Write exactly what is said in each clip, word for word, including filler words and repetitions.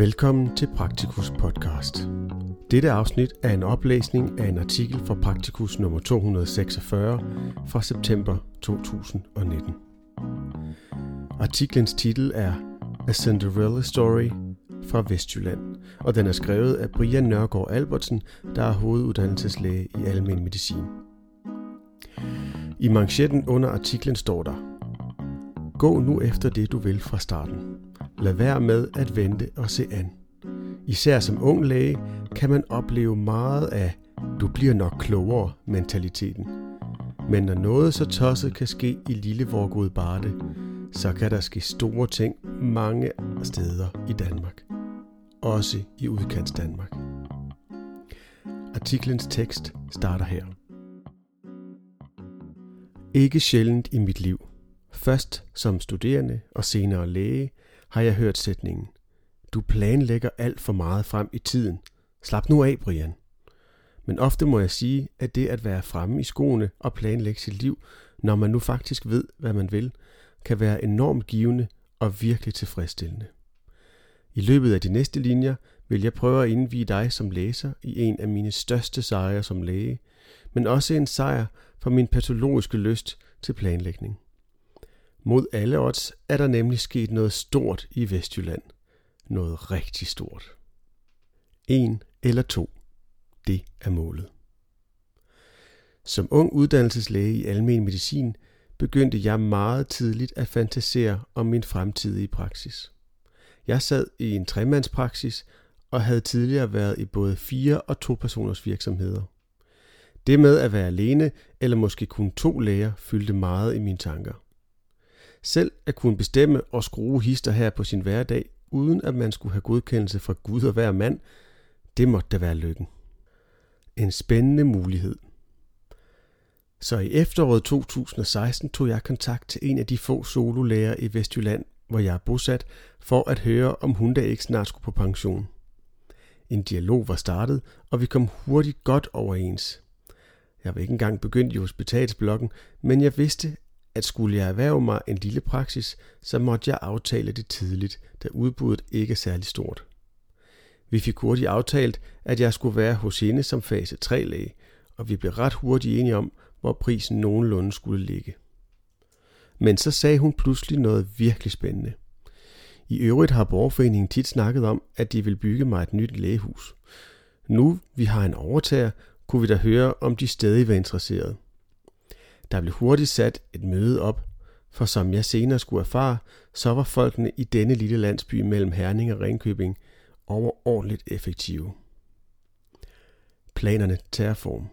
Velkommen til Praktikus podcast. Dette afsnit er en oplæsning af en artikel fra Praktikus nummer to hundrede seksogfyrre fra september to tusind og nitten. Artiklens titel er A Cinderella Story fra Vestjylland, og den er skrevet af Brian Nørgaard Albertsen, der er hoveduddannelseslæge i almen medicin. I manchetten under artiklen står der: Gå nu efter det du vil fra starten. Lad være med at vente og se an. Især som ung læge kan man opleve meget af du bliver nok klogere mentaliteten. Men når noget så tosset kan ske i lille Vorgod Barde, så kan der ske store ting mange steder i Danmark. Også i udkants Danmark. Artiklens tekst starter her. Ikke sjældent i mit liv, først som studerende og senere læge, har jeg hørt sætningen: Du planlægger alt for meget frem i tiden. Slap nu af, Brian. Men ofte må jeg sige, at det at være fremme i skoene og planlægge sit liv, når man nu faktisk ved, hvad man vil, kan være enormt givende og virkelig tilfredsstillende. I løbet af de næste linjer vil jeg prøve at indvie dig som læser i en af mine største sejre som læge, men også en sejr for min patologiske lyst til planlægning. Mod alle odds er der nemlig sket noget stort i Vestjylland. Noget rigtig stort. En eller to. Det er målet. Som ung uddannelseslæge i almen medicin begyndte jeg meget tidligt at fantasere om min fremtidige praksis. Jeg sad i en tremandspraksis og havde tidligere været i både fire og to personers virksomheder. Det med at være alene eller måske kun to læger fyldte meget i mine tanker. Selv at kunne bestemme og skrue hister her på sin hverdag, uden at man skulle have godkendelse fra Gud og hver mand, det måtte da være lykken. En spændende mulighed. Så i efteråret to tusind og seksten tog jeg kontakt til en af de få sololæger i Vestjylland, hvor jeg er bosat, for at høre, om hun da ikke snart skulle på pension. En dialog var startet, og vi kom hurtigt godt overens. Jeg var ikke engang begyndt i hospitalsblokken, men jeg vidste, at skulle jeg erhverve mig en lille praksis, så måtte jeg aftale det tidligt, da udbuddet ikke er særlig stort. Vi fik hurtigt aftalt, at jeg skulle være hos hende som fase tre læge, og vi blev ret hurtigt enige om, hvor prisen nogenlunde skulle ligge. Men så sagde hun pludselig noget virkelig spændende. I øvrigt har Borgerforeningen tit snakket om, at de vil bygge mig et nyt lægehus. Nu vi har en overtager, kunne vi da høre, om de stadig var interesserede. Der blev hurtigt sat et møde op, for som jeg senere skulle erfare, så var folkene i denne lille landsby mellem Herning og Ringkøbing overordentligt effektive. Planerne tager form.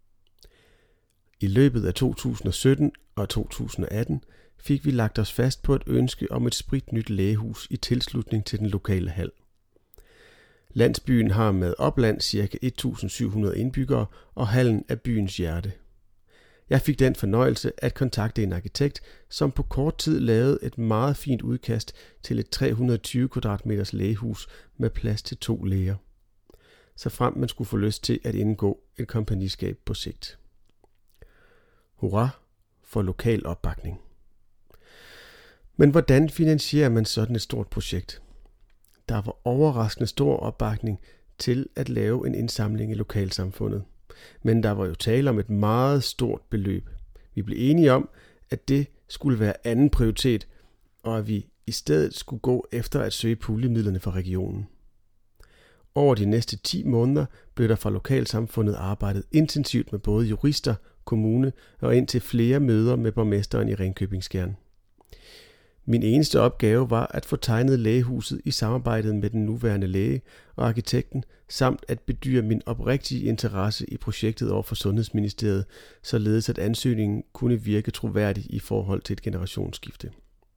I løbet af to tusind og sytten og to tusind og atten fik vi lagt os fast på et ønske om et spritnyt lægehus i tilslutning til den lokale hal. Landsbyen har med opland ca. et tusind syv hundrede indbyggere, og hallen er byens hjerte. Jeg fik den fornøjelse at kontakte en arkitekt, som på kort tid lavede et meget fint udkast til et tre hundrede og tyve kvadratmeters lægehus med plads til to læger, så frem man skulle få lyst til at indgå et kompagniskab på sigt. Hurra for lokal opbakning. Men hvordan finansierer man sådan et stort projekt? Der var overraskende stor opbakning til at lave en indsamling i lokalsamfundet. Men der var jo tale om et meget stort beløb. Vi blev enige om, at det skulle være anden prioritet, og at vi i stedet skulle gå efter at søge puljemidlerne fra regionen. Over de næste ti måneder blev der fra lokalsamfundet arbejdet intensivt med både jurister, kommune og indtil flere møder med borgmesteren i Ringkøbing-Skjern. Min eneste opgave var at få tegnet lægehuset i samarbejdet med den nuværende læge og arkitekten, samt at bedyre min oprigtige interesse i projektet over for Sundhedsministeriet, således at ansøgningen kunne virke troværdig i forhold til et generationsskifte.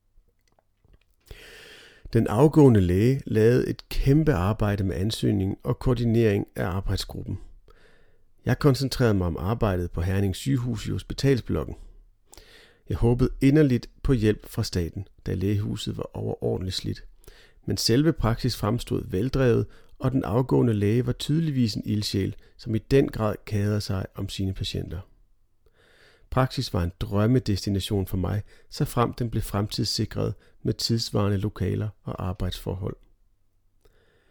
Den afgående læge lavede et kæmpe arbejde med ansøgning og koordinering af arbejdsgruppen. Jeg koncentrerede mig om arbejdet på Herning sygehus i hospitalsblokken. Jeg håbede inderligt på hjælp fra staten, da lægehuset var overordentligt slidt. Men selve praksis fremstod veldrevet, og den afgående læge var tydeligvis en ildsjæl, som i den grad kærede sig om sine patienter. Praksis var en drømmedestination for mig, så frem den blev fremtidssikret med tidsvarende lokaler og arbejdsforhold.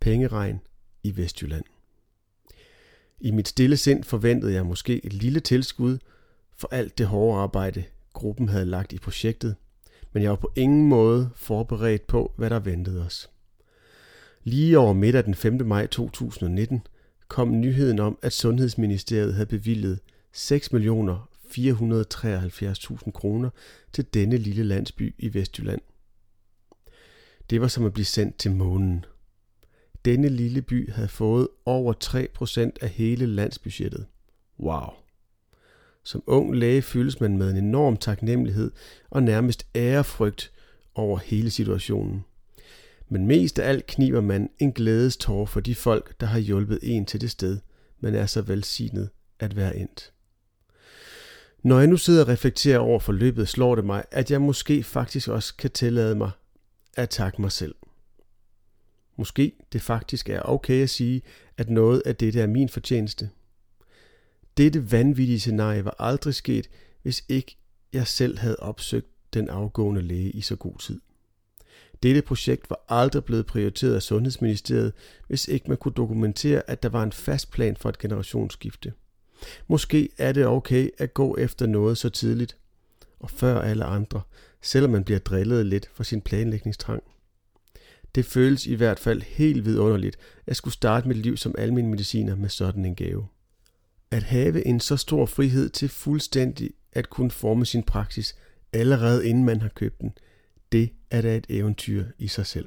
pengeregn i Vestjylland. I mit stille sind forventede jeg måske et lille tilskud for alt det hårde arbejde, gruppen havde lagt i projektet, men jeg var på ingen måde forberedt på, hvad der ventede os. Lige over middag den femte maj to tusind og nitten kom nyheden om, at Sundhedsministeriet havde bevilget seks millioner fire hundrede og treoghalvfjerds tusind kroner til denne lille landsby i Vestjylland. Det var som at blive sendt til månen. Denne lille by havde fået over tre procent af hele landsbudgettet. Wow! Som ung læge føles man med en enorm taknemmelighed og nærmest ærefrygt over hele situationen. Men mest af alt kniber man en glædestår for de folk, der har hjulpet en til det sted, man er så velsignet at være endt. Når jeg nu sidder og reflekterer over forløbet, slår det mig, at jeg måske faktisk også kan tillade mig at takke mig selv. Måske det faktisk er okay at sige, at noget af dette er min fortjeneste. Dette vanvittige scenarie var aldrig sket, hvis ikke jeg selv havde opsøgt den afgående læge i så god tid. Dette projekt var aldrig blevet prioriteret af Sundhedsministeriet, hvis ikke man kunne dokumentere, at der var en fast plan for et generationsskifte. Måske er det okay at gå efter noget så tidligt, og før alle andre, selvom man bliver drillet lidt for sin planlægningstrang. Det føles i hvert fald helt vidunderligt at skulle starte mit liv som almen mediciner med sådan en gave. At have en så stor frihed til fuldstændig at kunne forme sin praksis allerede inden man har købt den, det er da et eventyr i sig selv.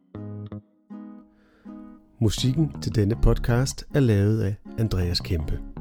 Musikken til denne podcast er lavet af Andreas Kæmpe.